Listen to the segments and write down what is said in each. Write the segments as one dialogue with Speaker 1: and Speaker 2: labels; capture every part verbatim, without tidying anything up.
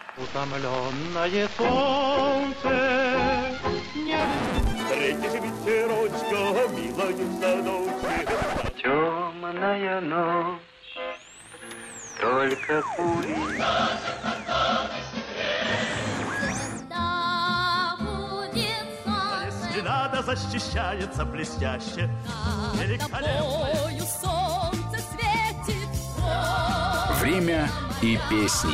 Speaker 1: Утомленное солнце не... Встретишь ветерочка, милая в садочке. Темная ночь, только пули. Надо защищается блестяще.
Speaker 2: Тобою солнце светит.
Speaker 3: Время и песни.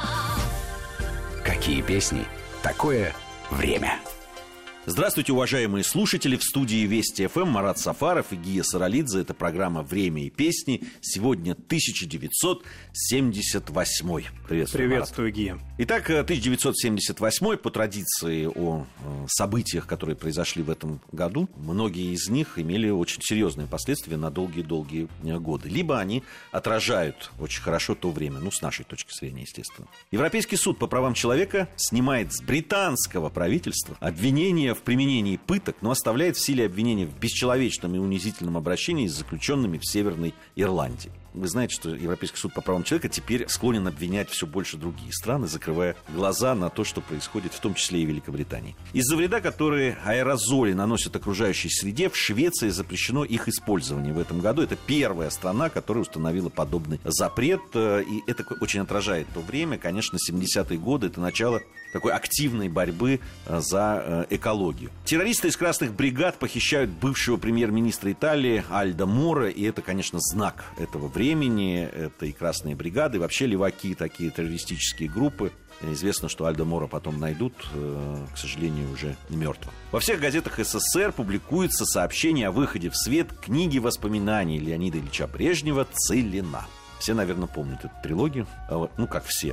Speaker 3: Какие песни? Такое время.
Speaker 4: Здравствуйте, уважаемые слушатели. В студии Вести ФМ Марат Сафаров и Гия Саралидзе. Это программа «Время и песни». Сегодня тысяча девятьсот семьдесят восьмой.
Speaker 5: Приветствую, Приветствую Гия.
Speaker 4: Итак, тысяча девятьсот семьдесят восьмой. По традиции о событиях, которые произошли в этом году, многие из них имели очень серьезные последствия на долгие-долгие годы. Либо они отражают очень хорошо то время, ну, с нашей точки зрения, естественно. Европейский суд по правам человека снимает с британского правительства обвинения в применении пыток, но оставляет в силе обвинения в бесчеловечном и унизительном обращении с заключенными в Северной Ирландии. Вы знаете, что Европейский суд по правам человека теперь склонен обвинять все больше другие страны, закрывая глаза на то, что происходит, в том числе и в Великобритании. Из-за вреда, который аэрозоли наносят окружающей среде, в Швеции запрещено их использование в этом году. Это первая страна, которая установила подобный запрет, и это очень отражает то время. Конечно, семидесятые годы — это начало такой активной борьбы за экологию. Террористы из красных бригад похищают бывшего премьер-министра Италии Альдо Моро, и это, конечно, знак этого времени. Это и красные бригады, и вообще леваки, такие террористические группы. Известно, что Альдо Моро потом найдут, к сожалению, уже мертвым. Во всех газетах СССР публикуется сообщение о выходе в свет книги воспоминаний Леонида Ильича Брежнева «Целина». Все, наверное, помнят эту трилогию. Ну, как все.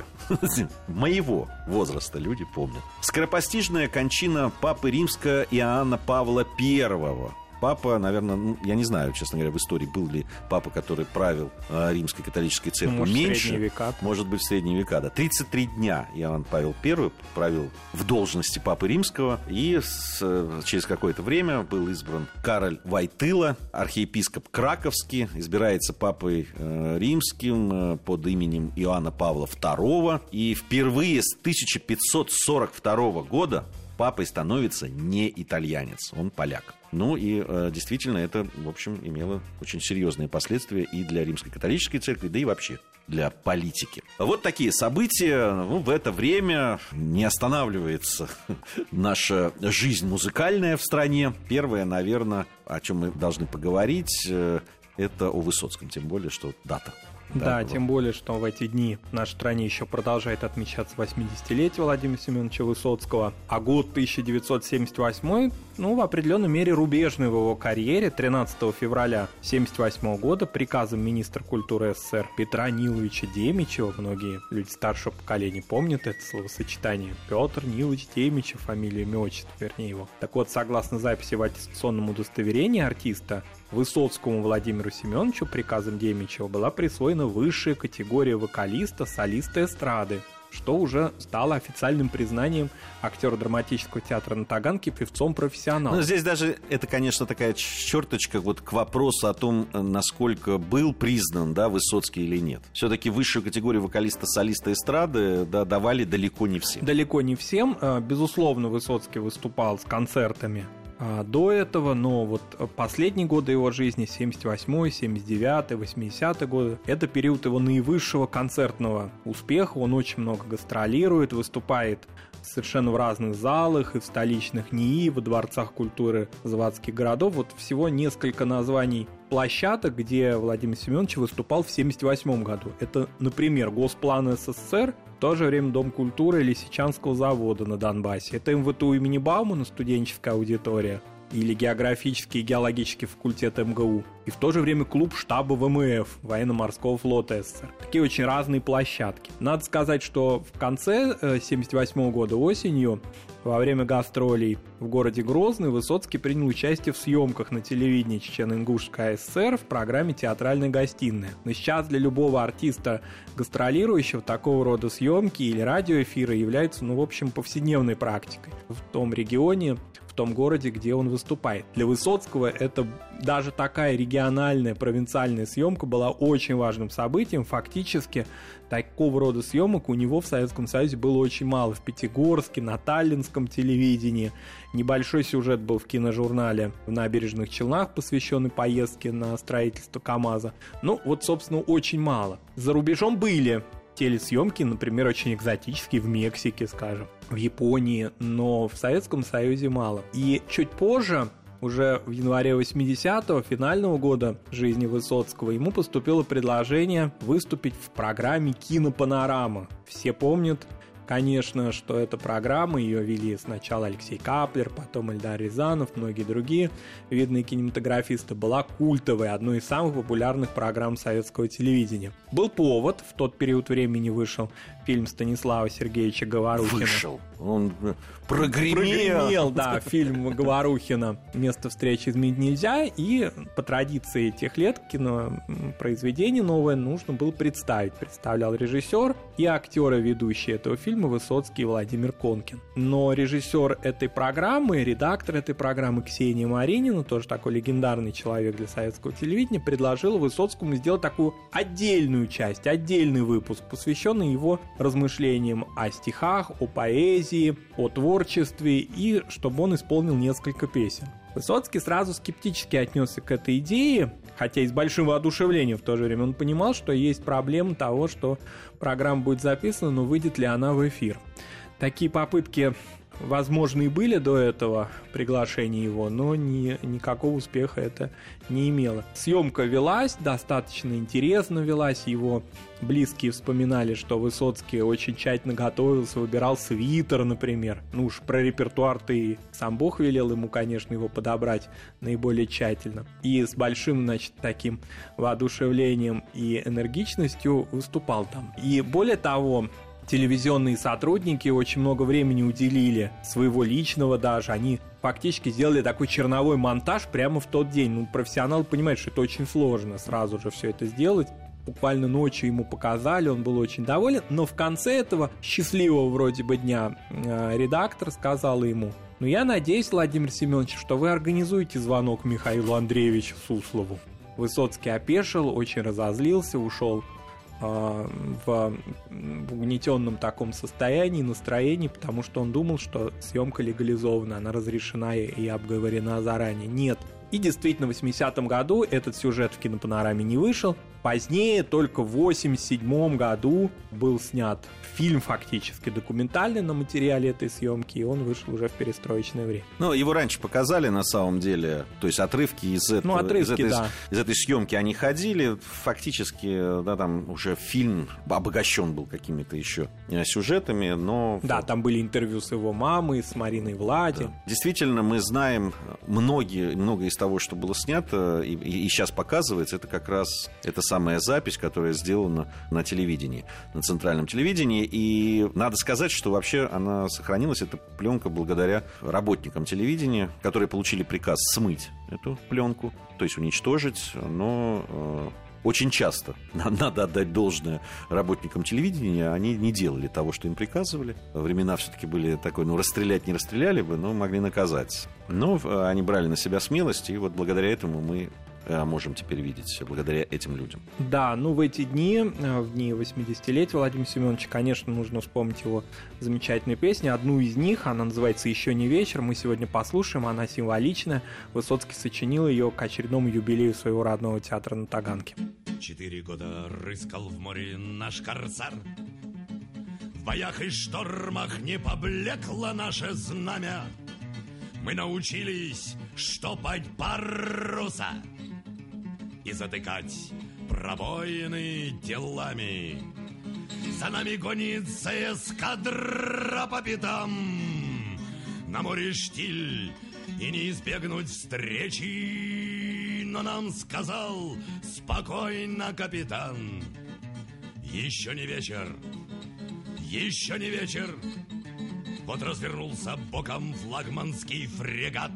Speaker 4: Моего возраста люди помнят. Скоропостижная кончина папы Римского Иоанна Павла Первого. Папа, наверное, ну, я не знаю, честно говоря, в истории был ли папа, который правил э, Римской католической церковью.
Speaker 5: Может,
Speaker 4: меньше.
Speaker 5: В средние века.
Speaker 4: Может быть, в средние века, да. тридцать три дня Иоанн Павел Первый правил в должности папы Римского. И с, через какое-то время был избран Кароль Войтыла, архиепископ Краковский. Избирается папой э, Римским э, под именем Иоанна Павла Второго. И впервые с тысяча пятьсот сорок второго года папой становится не итальянец, он поляк. Ну и э, действительно это, в общем, имело очень серьезные последствия и для Римской католической церкви, да и вообще для политики. Вот такие события. Ну, в это время не останавливается наша жизнь музыкальная в стране. Первое, наверное, о чем мы должны поговорить, э, это о Высоцком, тем более, что дата.
Speaker 5: Да,
Speaker 4: Да,
Speaker 5: тем более, что в эти дни в нашей стране еще продолжает отмечаться восьмидесятилетие Владимира Семеновича Высоцкого. А год тысяча девятьсот семьдесят восьмой, ну, в определенной мере рубежный в его карьере. тринадцатого февраля семьдесят восьмого года приказом министра культуры СССР Петра Ниловича Демичева, многие люди старшего поколения помнят это словосочетание, Петр Нилович Демичев, фамилия, имя, отчество, вернее его. Так вот, согласно записи в аттестационном удостоверении артиста, Высоцкому Владимиру Семеновичу приказом Демичева была присвоена высшая категория вокалиста, солиста эстрады, что уже стало официальным признанием актера драматического театра на Таганке певцом-профессионалом.
Speaker 4: Ну, здесь даже это, конечно, такая черточка вот к вопросу о том, насколько был признан, да, Высоцкий или нет. Все-таки высшую категорию вокалиста-солиста эстрады, да, давали далеко не всем.
Speaker 5: Далеко не всем. Безусловно, Высоцкий выступал с концертами до этого, но вот последние годы его жизни, семьдесят восьмой, семьдесят девятый, восьмидесятые годы, это период его наивысшего концертного успеха. Он очень много гастролирует, выступает совершенно в разных залах, и в столичных НИИ, в дворцах культуры заводских городов. Вот всего несколько названий площадок, где Владимир Семенович выступал в семьдесят восьмом году. Это, например, Госплан СССР, в то же время Дом культуры Лисичанского завода на Донбассе. Это МВТУ имени Баумана, студенческая аудитория, или географический и геологический факультет МГУ, и в то же время клуб штаба ВМФ, Военно-морского флота СССР. Такие очень разные площадки. Надо сказать, что в конце семьдесят восьмого года осенью, во время гастролей в городе Грозный, Высоцкий принял участие в съемках на телевидении Чечено-Ингушской АССР в программе «Театральная гостиная». Но сейчас для любого артиста, гастролирующего, такого рода съемки или радиоэфиры являются, ну, в общем, повседневной практикой. В том регионе, в том городе, где он выступает. Для Высоцкого это даже такая региональная, провинциальная съемка была очень важным событием. Фактически такого рода съемок у него в Советском Союзе было очень мало. В Пятигорске, на таллинском телевидении. Небольшой сюжет был в киножурнале в Набережных Челнах, посвященный поездке на строительство КАМАЗа. Ну, вот, собственно, очень мало. За рубежом были телесъемки, например, очень экзотические, в Мексике, скажем, в Японии, но в Советском Союзе мало. И чуть позже, уже в январе восьмидесятого, финального года жизни Высоцкого, ему поступило предложение выступить в программе «Кинопанорама». Все помнят, конечно, что эта программа, ее вели сначала Алексей Каплер, потом Эльдар Рязанов, многие другие видные кинематографисты, была культовой, одной из самых популярных программ советского телевидения. Был повод, в тот период времени вышел фильм Станислава Сергеевича Говорухина.
Speaker 4: Вышел. Он прогремел.
Speaker 5: Прогремел, да, фильм Говорухина «Место встречи изменить нельзя», и по традиции тех лет кинопроизведение новое нужно было представить. Представлял режиссер и актеры, ведущие этого фильма, Высоцкий и Владимир Конкин. Но режиссер этой программы, редактор этой программы Ксения Маринина, тоже такой легендарный человек для советского телевидения, предложила Высоцкому сделать такую отдельную часть, отдельный выпуск, посвященный его размышлениям о стихах, о поэзии, о творчестве, и чтобы он исполнил несколько песен. Высоцкий сразу скептически отнесся к этой идее, хотя и с большим воодушевлением в то же время. Он понимал, что есть проблема того, что программа будет записана, но выйдет ли она в эфир. Такие попытки, возможно, и были до этого приглашения его, но ни, никакого успеха это не имело. Съемка велась, достаточно интересно велась. Его близкие вспоминали, что Высоцкий очень тщательно готовился, выбирал свитер, например. Ну уж про репертуар-то и сам Бог велел ему, конечно, его подобрать наиболее тщательно. И с большим, значит, таким воодушевлением и энергичностью выступал там. И более того, телевизионные сотрудники очень много времени уделили, своего личного даже. Они фактически сделали такой черновой монтаж прямо в тот день. Ну, профессионал понимает, что это очень сложно сразу же все это сделать. Буквально ночью ему показали, он был очень доволен. Но в конце этого счастливого вроде бы дня э, редактор сказал ему: «Ну, я надеюсь, Владимир Семенович, что вы организуете звонок Михаилу Андреевичу Суслову». Высоцкий опешил, очень разозлился, ушел в угнетенном таком состоянии, настроении, потому что он думал, что съемка легализована, она разрешена и обговорена заранее. Нет. И действительно, в восьмидесятом году этот сюжет в кинопанораме не вышел. Позднее, только в восемьдесят седьмом году, был снят фильм фактически документальный на материале этой съемки, и он вышел уже в перестроечное время.
Speaker 4: Ну, его раньше показали, на самом деле, то есть отрывки из, этого,
Speaker 5: ну, отрывки,
Speaker 4: из, этой,
Speaker 5: да.
Speaker 4: из этой съемки они ходили, фактически, да, там уже фильм обогащен был какими-то еще сюжетами, но...
Speaker 5: Да, там были интервью с его мамой, с Мариной Влади.
Speaker 4: Да. Действительно, мы знаем многие, многое из того, что было снято и, и сейчас показывается, это как раз эта самая запись, которая сделана на телевидении, на центральном телевидении. И надо сказать, что вообще она сохранилась, эта пленка, благодаря работникам телевидения, которые получили приказ смыть эту пленку, то есть уничтожить, но э, очень часто, надо отдать должное работникам телевидения, они не делали того, что им приказывали. Времена все-таки были такой, ну, расстрелять не расстреляли бы, но могли наказать. Но они брали на себя смелость, и вот благодаря этому мы можем теперь видеть, благодаря этим людям.
Speaker 5: Да, ну в эти дни, в дни восьмидесятилетия Владимира Семеновича, конечно, нужно вспомнить его замечательные песни. Одну из них, она называется «Еще не вечер», мы сегодня послушаем, она символичная. Высоцкий сочинил ее к очередному юбилею своего родного театра на Таганке.
Speaker 1: Четыре года рыскал в море наш корсар. В боях и штормах не поблекло наше знамя. Мы научились штопать паруса и затыкать пробоины делами. За нами гонится эскадра по пятам. На море штиль и не избегнуть встречи. Но нам сказал спокойно капитан: еще не вечер, еще не вечер. Вот развернулся боком флагманский фрегат,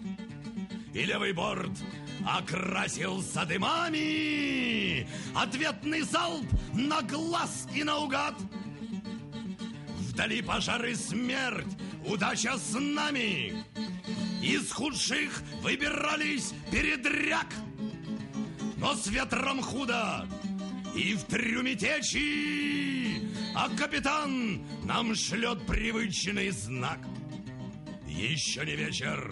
Speaker 1: и левый борт окрасился дымами. Ответный залп на глаз и наугад. Вдали пожар и смерть, удача с нами. из худших выбирались передряг. Но с ветром худо и в трюме течи, а капитан нам шлет привычный знак. Еще не вечер,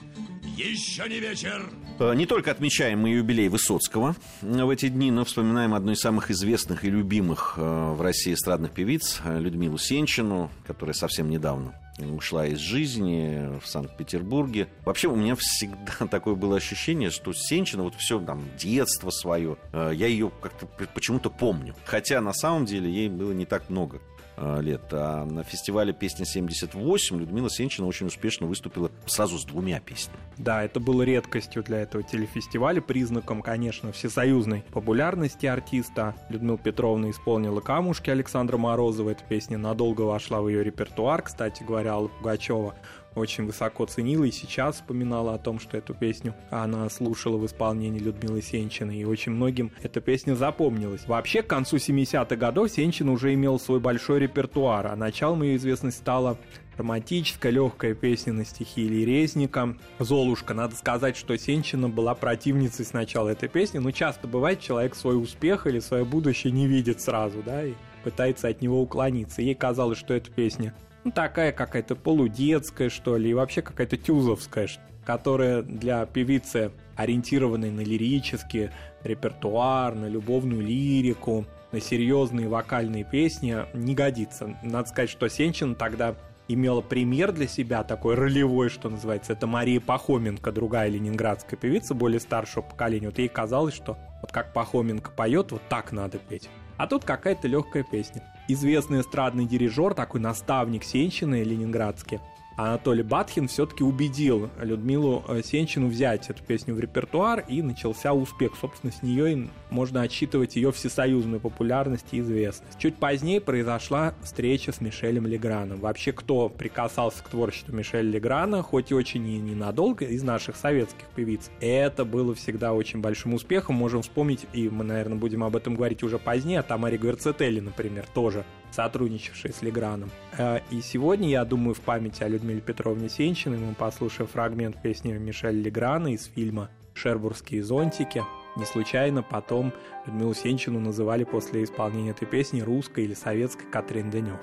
Speaker 1: еще не вечер.
Speaker 4: Не только отмечаем мы юбилей Высоцкого в эти дни, но вспоминаем одну из самых известных и любимых в России эстрадных певиц, Людмилу Сенчину, которая совсем недавно ушла из жизни в Санкт-Петербурге. Вообще у меня всегда такое было ощущение, что Сенчина, вот все там детство свое, я ее как-то почему-то помню. Хотя на самом деле ей было не так много лет. А на фестивале «Песня семьдесят восемь» Людмила Сенчина очень успешно выступила сразу с двумя песнями.
Speaker 5: Да, это было редкостью для этого телефестиваля, признаком, конечно, всесоюзной популярности артиста. Людмила Петровна исполнила «Камушки» Александра Морозова. Эта песня надолго вошла в ее репертуар. Кстати говоря, Алла Пугачева очень высоко ценила и сейчас вспоминала о том, что эту песню она слушала в исполнении Людмилы Сенчиной, и очень многим эта песня запомнилась. Вообще, к концу семидесятых годов Сенчина уже имела свой большой репертуар, а началом ее известность стала романтическая, легкая песня на стихи Ильи Резника «Золушка». Надо сказать, что Сенчина была противницей сначала этой песни, но часто бывает, человек свой успех или свое будущее не видит сразу, да, и пытается от него уклониться. Ей казалось, что эта песня ну, такая какая-то полудетская, что ли, и вообще какая-то тюзовская, которая для певицы, ориентированной на лирический репертуар, на любовную лирику, на серьезные вокальные песни, не годится. Надо сказать, что Сенчина тогда имела пример для себя, такой ролевой, что называется. Это Мария Пахоменко, другая ленинградская певица, более старшего поколения. Вот ей казалось, что вот как Пахоменко поет, вот так надо петь. А тут какая-то легкая песня. Известный эстрадный дирижер, такой наставник Сенчины ленинградский, Анатолий Батхин все-таки убедил Людмилу Сенчину взять эту песню в репертуар, и начался успех. Собственно, с нее можно отсчитывать ее всесоюзную популярность и известность. Чуть позднее произошла встреча с Мишелем Леграном. Вообще, кто прикасался к творчеству Мишеля Леграна, хоть и очень и ненадолго, из наших советских певиц, это было всегда очень большим успехом. Можем вспомнить, и мы, наверное, будем об этом говорить уже позднее, о Тамаре Гверцетели, например, тоже сотрудничавшей с Леграном. И сегодня, я думаю, в памяти о Людмиле Петровне Сенчиной мы послушаем фрагмент песни Мишеля Леграна из фильма «Шербургские зонтики». Не случайно потом Людмилу Сенчину называли после исполнения этой песни русской или советской Катрин Денёв.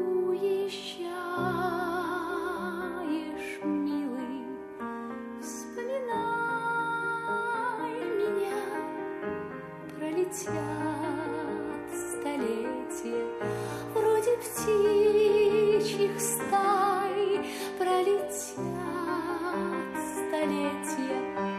Speaker 2: Птичьих стай пролетят столетия.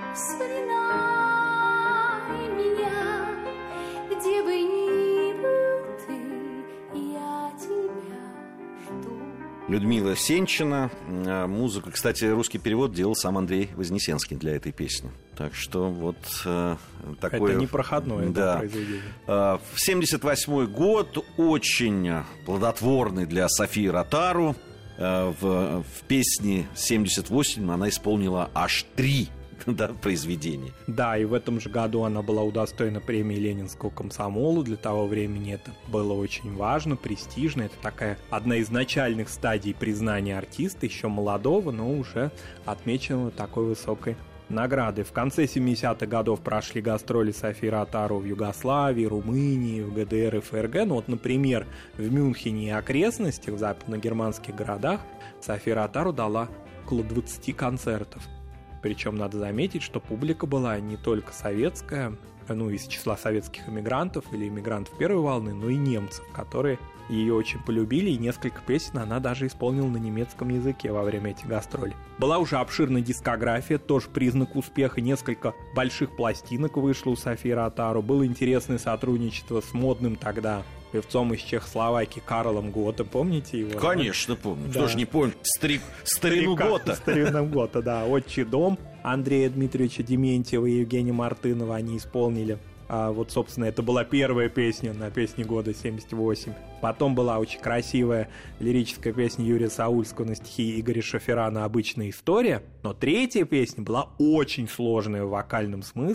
Speaker 2: Вспоминай меня, где бы ни был ты, я тебя жду.
Speaker 4: Людмила Сенчина. Музыку, кстати, русский перевод делал сам Андрей Вознесенский для этой песни. Так что вот э, такое...
Speaker 5: Это непроходное
Speaker 4: да.
Speaker 5: произведение.
Speaker 4: В семьдесят восьмой год очень плодотворный для Софии Ротару. В, в песне семьдесят восемь она исполнила аж три да, произведения.
Speaker 5: Да, и в этом же году она была удостоена премии Ленинского комсомола. Для того времени это было очень важно, престижно. Это такая одна из начальных стадий признания артиста, еще молодого, но уже отмеченного такой высокой награды. В конце семидесятых годов прошли гастроли Софии Ротару в Югославии, Румынии, в ГДР и ФРГ. Ну вот, например, в Мюнхене и окрестностях, в западногерманских городах, София Ротару дала около двадцати концертов. Причем надо заметить, что публика была не только советская, ну, из числа советских эмигрантов или эмигрантов первой волны, но и немцев, которые ее очень полюбили, и несколько песен она даже исполнила на немецком языке во время этих гастролей. Была уже обширная дискография, тоже признак успеха, несколько больших пластинок вышло у Софии Ротару, было интересное сотрудничество с модным тогда певцом из Чехословакии Карлом Готом, помните его?
Speaker 4: Конечно, помню.
Speaker 5: Да.
Speaker 4: Кто же не помнит Старик, старину Гота?
Speaker 5: Старину Гота, да. «Отчий дом» Андрея Дмитриевича Дементьева и Евгения Мартынова они исполнили. А вот, собственно, это была первая песня на песне года семьдесят восемь. Потом была очень красивая лирическая песня Юрия Саульского на стихи Игоря Шаферана «Обычная история». Но третья песня была очень сложная в вокальном смысле.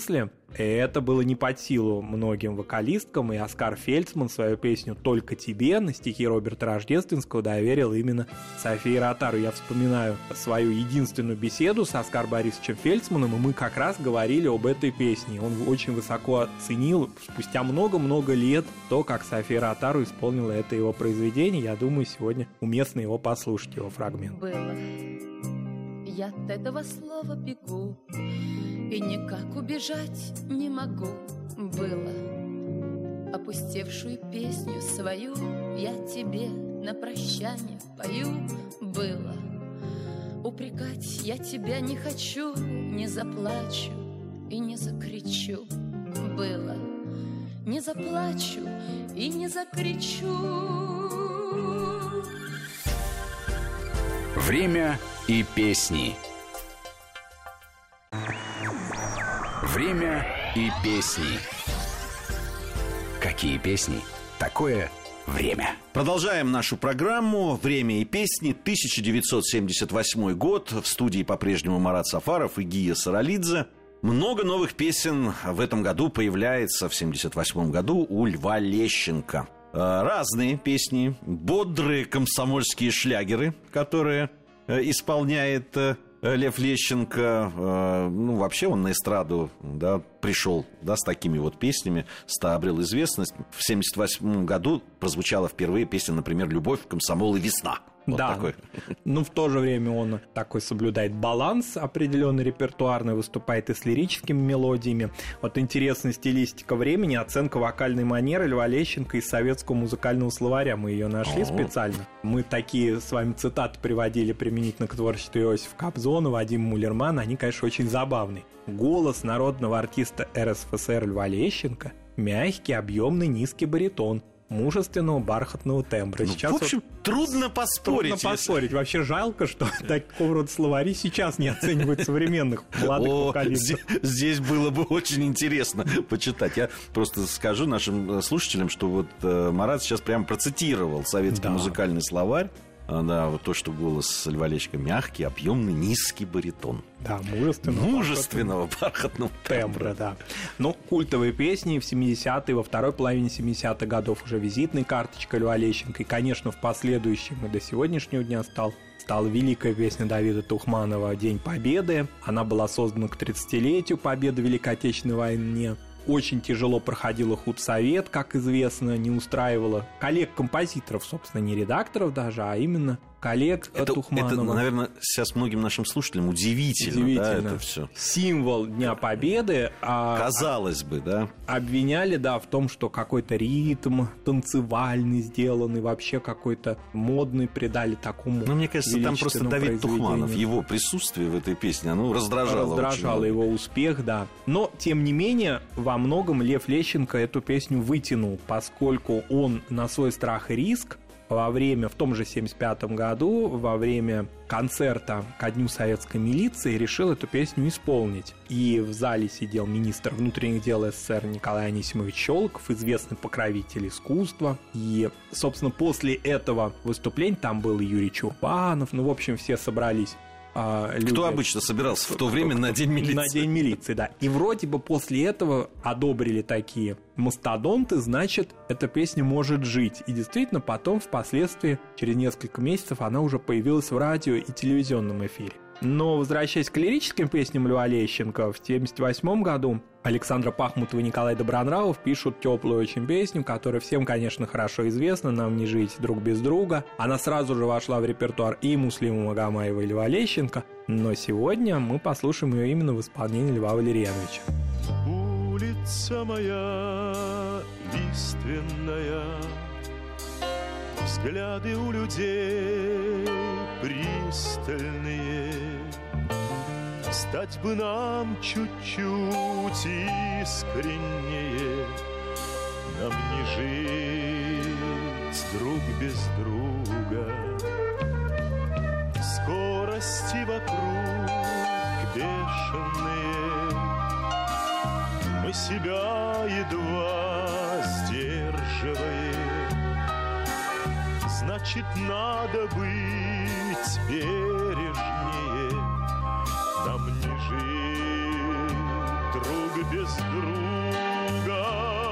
Speaker 5: И это было не под силу многим вокалисткам, и Оскар Фельдсман свою песню «Только тебе» на стихи Роберта Рождественского доверил именно Софии Ротару. Я вспоминаю свою единственную беседу с Оскаром Борисовичем Фельдсманом, и мы как раз говорили об этой песне. Он очень высоко оценил спустя много-много лет то, как София Ротару исполнила это его произведение. Я думаю, сегодня уместно его послушать, его фрагмент.
Speaker 6: Было. Я от этого слова бегу, и никак убежать не могу. Было. Опустевшую песню свою я тебе на прощание пою. Было. Упрекать я тебя не хочу, не заплачу и не закричу. Было. Не заплачу и не закричу.
Speaker 3: Время и песни. Время и песни. Какие песни? Такое время.
Speaker 4: Продолжаем нашу программу «Время и песни». тысяча девятьсот семьдесят восьмой год. В студии по-прежнему Марат Сафаров и Гия Саралидзе. Много новых песен в этом году появляется, в семьдесят восьмом году, у Льва Лещенко. Разные песни, бодрые комсомольские шлягеры, которые исполняет Лев Лещенко. Ну, вообще он на эстраду, да, пришел, да, с такими вот песнями, обрел известность. В семьдесят восьмом году прозвучала впервые песня, например, «Любовь, комсомол и весна». Вот
Speaker 5: да,
Speaker 4: такой.
Speaker 5: Ну в то же время он такой соблюдает баланс определенный репертуарный, выступает и с лирическими мелодиями. Вот интересная стилистика времени, оценка вокальной манеры Льва Лещенко из советского музыкального словаря. Мы ее нашли О-о-о. специально. Мы такие с вами цитаты приводили применительно к творчеству Иосифа Кобзона, Вадима Муллермана. Они, конечно, очень забавные. Голос народного артиста эр эс эф эс эр Льва Лещенко, мягкий, объемный, низкий баритон, мужественного бархатного тембра.
Speaker 4: Ну,
Speaker 5: сейчас
Speaker 4: в общем,
Speaker 5: вот
Speaker 4: трудно поспорить.
Speaker 5: Трудно поспорить. Вообще жалко, что такого рода словари сейчас не оценивают современных молодых
Speaker 4: О,
Speaker 5: вокалистов.
Speaker 4: Здесь, здесь было бы очень интересно почитать. Я просто скажу нашим слушателям, что вот э, Марат сейчас прямо процитировал советский да. музыкальный словарь. Да, вот то, что голос Льва Лещенко мягкий, объемный, низкий баритон.
Speaker 5: Да, мужественного,
Speaker 4: мужественного бархатного тембра.
Speaker 5: тембра, да. Ну, культовые песни в семидесятые, во второй половине семидесятых годов уже визитной карточкой Льва Лещенко. И, конечно, в последующем и до сегодняшнего дня стал стала великая песня Давида Тухманова «День Победы». Она была создана к тридцатилетию Победы в Великой Отечественной войне. Очень тяжело проходила худсовет, как известно, не устраивала коллег-композиторов, собственно, не редакторов даже, а именно коллег
Speaker 4: это,
Speaker 5: Тухманова.
Speaker 4: Это, наверное, сейчас многим нашим слушателям удивительно,
Speaker 5: удивительно.
Speaker 4: Да, это все.
Speaker 5: Символ Дня Победы.
Speaker 4: Казалось бы, да.
Speaker 5: Обвиняли, да, в том, что какой-то ритм танцевальный сделанный, вообще какой-то модный придали такому.
Speaker 4: Ну, мне кажется, там просто Давид Тухманов, его присутствие в этой песне, оно раздражало.
Speaker 5: Раздражало его успех, да. Но, тем не менее, во многом Лев Лещенко эту песню вытянул, поскольку он на свой страх и риск во время, в том же семьдесят пятом году, во время концерта ко Дню советской милиции решил эту песню исполнить. И в зале сидел министр внутренних дел эс эс эс эр Николай Анисимович Щелоков, известный покровитель искусства. И, собственно, после этого выступления там был и Юрий Чурбанов, ну, в общем, все собрались. Люди.
Speaker 4: Кто обычно собирался в то время на День милиции?
Speaker 5: На День милиции, да. И вроде бы после этого одобрили такие мастодонты, значит, эта песня может жить. И действительно, потом, впоследствии, через несколько месяцев, она уже появилась в радио и телевизионном эфире. Но, возвращаясь к лирическим песням Льва Лещенко, в семьдесят восьмом году Александра Пахмутова и Николай Добронравов пишут теплую очень песню, которая всем, конечно, хорошо известна, «Нам не жить друг без друга». Она сразу же вошла в репертуар и Муслима Магомаева, и Льва Лещенко, но сегодня мы послушаем ее именно в исполнении Льва Валерьяновича.
Speaker 7: Улица моя лиственная, взгляды у людей пристальные. Стать бы нам чуть-чуть искреннее, нам не жить друг без друга. Скорости вокруг бешеные, мы себя едва сдерживаем. Значит, надо быть бережнее, нам не жить друг без без друга.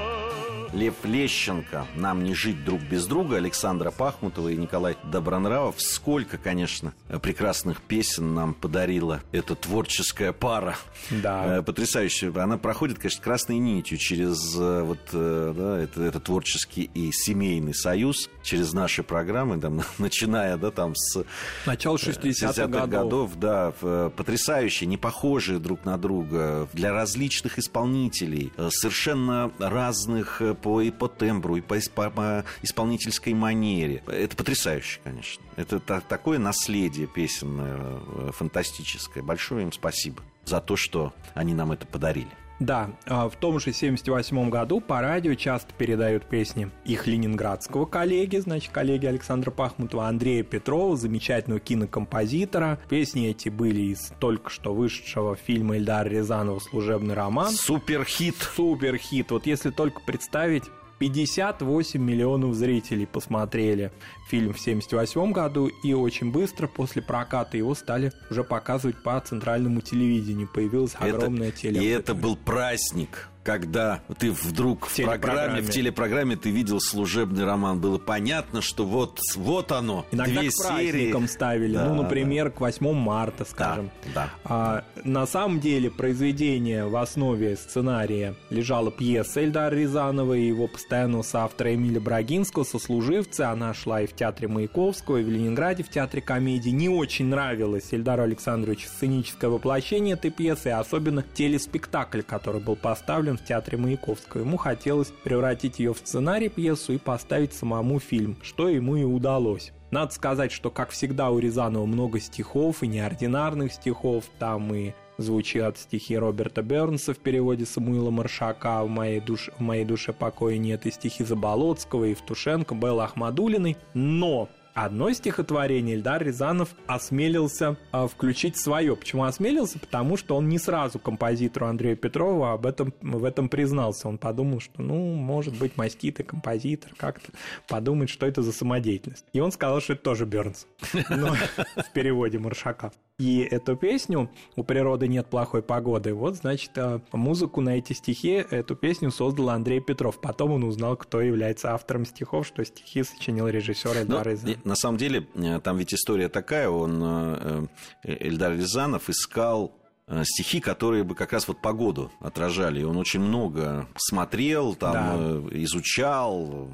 Speaker 4: Лев Лещенко, «Нам не жить друг без друга», Александра Пахмутова и Николай Добронравов. Сколько, конечно, прекрасных песен нам подарила эта творческая пара.
Speaker 5: Да.
Speaker 4: Потрясающе. Она проходит, конечно, красной нитью через вот, да, это, это творческий и семейный союз, через наши программы, там, начиная да, там, с
Speaker 5: начала шестидесятых годов.
Speaker 4: годов. Да, потрясающие, не похожие друг на друга, для различных исполнителей, совершенно разных по, и по тембру, и по, по, по исполнительской манере. Это потрясающе, конечно. Это та, такое наследие песенное, фантастическое. Большое им спасибо за то, что они нам это подарили.
Speaker 5: Да, в том же семьдесят восьмом году по радио часто передают песни их ленинградского коллеги, значит, коллеги Александра Пахмутова, Андрея Петрова, замечательного кинокомпозитора. Песни эти были из только что вышедшего фильма Эльдара Рязанова «Служебный роман».
Speaker 4: Суперхит!
Speaker 5: Суперхит! Вот если только представить, пятьдесят восемь миллионов зрителей посмотрели фильм в семьдесят восьмом году, и очень быстро после проката его стали уже показывать по центральному телевидению. Появилась огромная телепрограмма.
Speaker 4: И это был праздник, когда ты вдруг в, в программе, в телепрограмме ты видел «Служебный роман». Было понятно, что вот, вот оно,
Speaker 5: иногда
Speaker 4: две
Speaker 5: к праздникам
Speaker 4: серии.
Speaker 5: ставили,
Speaker 4: да,
Speaker 5: ну, например,
Speaker 4: да.
Speaker 5: к восьмому марта, скажем.
Speaker 4: Да, да.
Speaker 5: А, на самом деле произведение в основе сценария лежала пьеса Эльдара Рязанова и его постоянного соавтора Эмиля Брагинского «Сослуживцы». Она шла и в театре Маяковского, и в Ленинграде в театре комедии. Не очень нравилось Эльдару Александровичу сценическое воплощение этой пьесы, а особенно телеспектакль, который был поставлен в театре Маяковского. Ему хотелось превратить ее в сценарий, пьесу, и поставить самому фильм, что ему и удалось. Надо сказать, что, как всегда, у Рязанова много стихов, и неординарных стихов. Там и звучат стихи Роберта Бернса в переводе Самуила Маршака «В моей душе, в моей душе покоя нет», и стихи Заболоцкого, Евтушенко, Беллы Ахмадулиной. Но одно стихотворение Эльдар Рязанов осмелился а, включить свое. Почему осмелился? Потому что он не сразу композитору Андрею Петрову об этом, в этом признался. Он подумал, что, ну, может быть, маститый композитор, как-то подумать, что это за самодеятельность. И он сказал, что это тоже Бернс. Ну, в переводе Маршака. И эту песню «У природы нет плохой погоды», вот, значит, музыку на эти стихи, эту песню создал Андрей Петров. Потом он узнал, кто является автором стихов, что стихи сочинил режиссер Эльдар Рязанов.
Speaker 4: На самом деле, там ведь история такая, он, Эльдар Рязанов, искал стихи, которые бы как раз вот погоду отражали. И он очень много смотрел, там, да. изучал,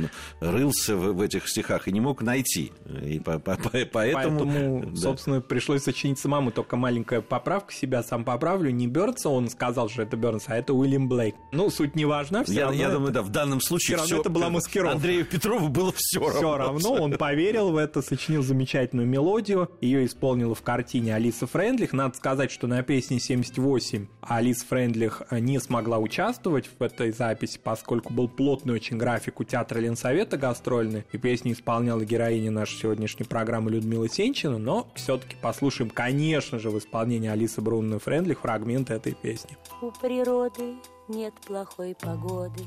Speaker 4: рылся в, в этих стихах и не мог найти. И по, по, по, поэтому,
Speaker 5: поэтому
Speaker 4: да.
Speaker 5: собственно, пришлось сочинить самому. Только маленькая поправка, себя сам поправлю. Не Бёрнс, он сказал, что это Бёрнс, а это Уильям Блейк. Ну, суть не важна. Все
Speaker 4: я
Speaker 5: равно
Speaker 4: я
Speaker 5: это...
Speaker 4: думаю, да, в данном случае
Speaker 5: все
Speaker 4: все,
Speaker 5: равно это была маскировка.
Speaker 4: Андрею Петрову было все равно.
Speaker 5: Все равно он поверил в это, сочинил замечательную мелодию. Ее исполнила в картине Алиса Фрейндлих. Надо сказать, что на песне семьдесят восемь Алиса Фрейндлих не смогла участвовать в этой записи, поскольку был плотный очень график у театра Ленсовета гастрольный, и песню исполняла героиня нашей сегодняшней программы Людмила Сенчина, но все-таки послушаем, конечно же, в исполнении Алисы Бруновны Фрейндлих фрагменты этой песни.
Speaker 2: У природы нет плохой погоды,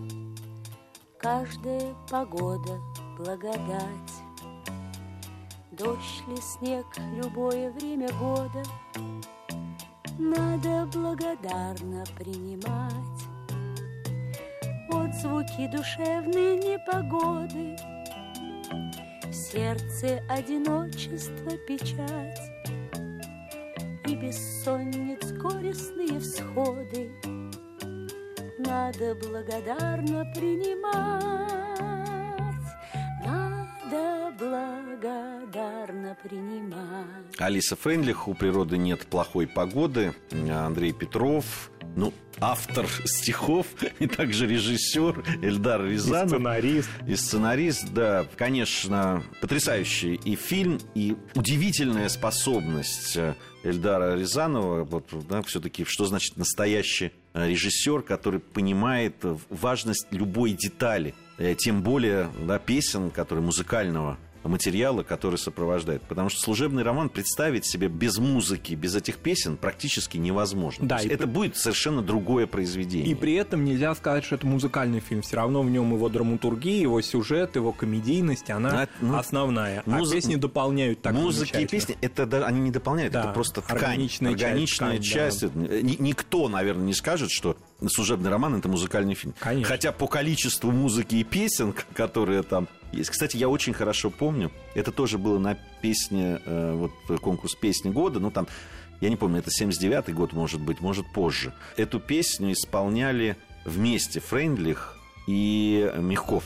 Speaker 2: каждая погода благодать. Дождь ли снег, любое время года надо благодарно принимать. Отзвуки душевной непогоды, в сердце одиночество печать, и бессонниц горестные всходы надо благодарно принимать. Надо благодарно принимать.
Speaker 4: Алиса Фрейндлих, «У природы нет плохой погоды», Андрей Петров, ну, автор стихов и также режиссер Эльдар Рязанов.
Speaker 5: И сценарист.
Speaker 4: И сценарист, да. Конечно, потрясающий и фильм, и удивительная способность Эльдара Рязанова, вот, да, все-таки, что значит настоящий режиссер, который понимает важность любой детали, тем более, да, песен, которые музыкального материала, который сопровождает. Потому что «Служебный роман» представить себе без музыки, без этих песен практически невозможно.
Speaker 5: Да,
Speaker 4: это
Speaker 5: при...
Speaker 4: будет совершенно другое произведение.
Speaker 5: И при этом нельзя сказать, что это музыкальный фильм. Все равно в нем его драматургия, его сюжет, его комедийность, она а, ну, основная.
Speaker 4: Муз...
Speaker 5: А песни дополняют так
Speaker 4: Музыка и песни, это, они не дополняют, да, это просто ткань.
Speaker 5: Органичная,
Speaker 4: органичная
Speaker 5: часть.
Speaker 4: часть.
Speaker 5: Ткань,
Speaker 4: да. Никто, наверное, не скажет, что «Служебный роман» — это музыкальный фильм.
Speaker 5: Конечно.
Speaker 4: Хотя по количеству музыки и песен, которые там есть. Кстати, я очень хорошо помню, это тоже было на песне, э, вот конкурс «Песни года», ну там, я не помню, это семьдесят девятый год, может быть, может позже. Эту песню исполняли вместе Фрейндлих и Мягков.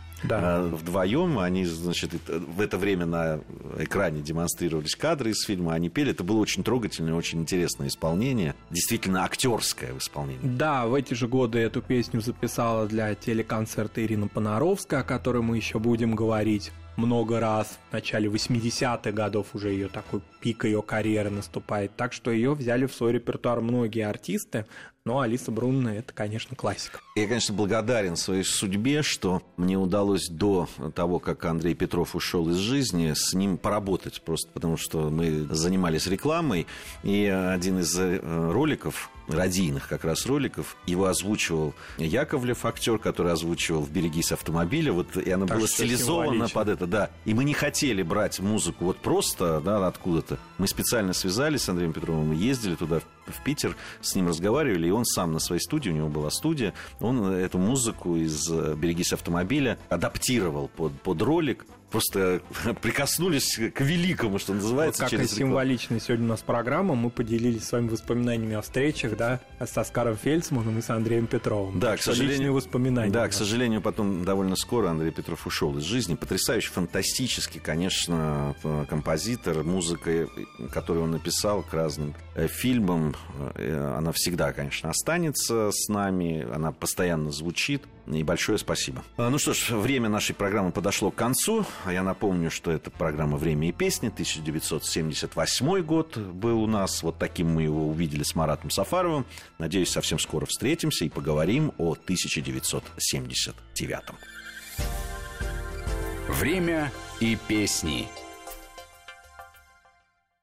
Speaker 5: Да.
Speaker 4: Вдвоем они, значит, в это время на экране демонстрировались кадры из фильма, они пели. Это было очень трогательное, очень интересное исполнение. Действительно актерское в исполнении.
Speaker 5: Да, в эти же годы эту песню записала для телеконцерта Ирина Понаровская, о которой мы еще будем говорить много раз. В начале восьмидесятых годов уже ее такой пик ее карьеры наступает. Так что ее взяли в свой репертуар многие артисты. Но Алиса Брунна — это, конечно, классика.
Speaker 4: Я, конечно, благодарен своей судьбе, что мне удалось до того, как Андрей Петров ушел из жизни, с ним поработать. Просто потому, что мы занимались рекламой. И один из роликов, радийных как раз роликов, его озвучивал Яковлев, актер, который озвучивал «В берегись автомобиля». Вот, и она
Speaker 5: Так
Speaker 4: была стилизована под это, да. И мы не хотели брать музыку вот просто, да, откуда-то. Мы специально связались с Андреем Петровым, ездили туда, в Питер, с ним разговаривали, и он сам на своей студии, у него была студия, он эту музыку из «Берегись автомобиля» адаптировал под, под ролик. Просто прикоснулись к великому, что называется,
Speaker 5: вот как
Speaker 4: через
Speaker 5: и символично сегодня у нас программа, мы поделились с вами воспоминаниями о встречах, да, с Оскаром Фельдсманом и с Андреем Петровым.
Speaker 4: Да,
Speaker 5: так
Speaker 4: к сожалению,
Speaker 5: личные воспоминания.
Speaker 4: Да, к сожалению, потом довольно скоро Андрей Петров ушел из жизни. Потрясающий, фантастический, конечно, композитор, музыка, которую он написал к разным фильмам, она всегда, конечно, останется с нами, она постоянно звучит. И большое спасибо. Ну что ж, время нашей программы подошло к концу. Я напомню, что это программа «Время и песни». тысяча девятьсот семьдесят восьмой год был у нас. Вот таким мы его увидели с Маратом Сафаровым. Надеюсь, совсем скоро встретимся и поговорим о тысяча девятьсот семьдесят девятом.
Speaker 3: Время и песни.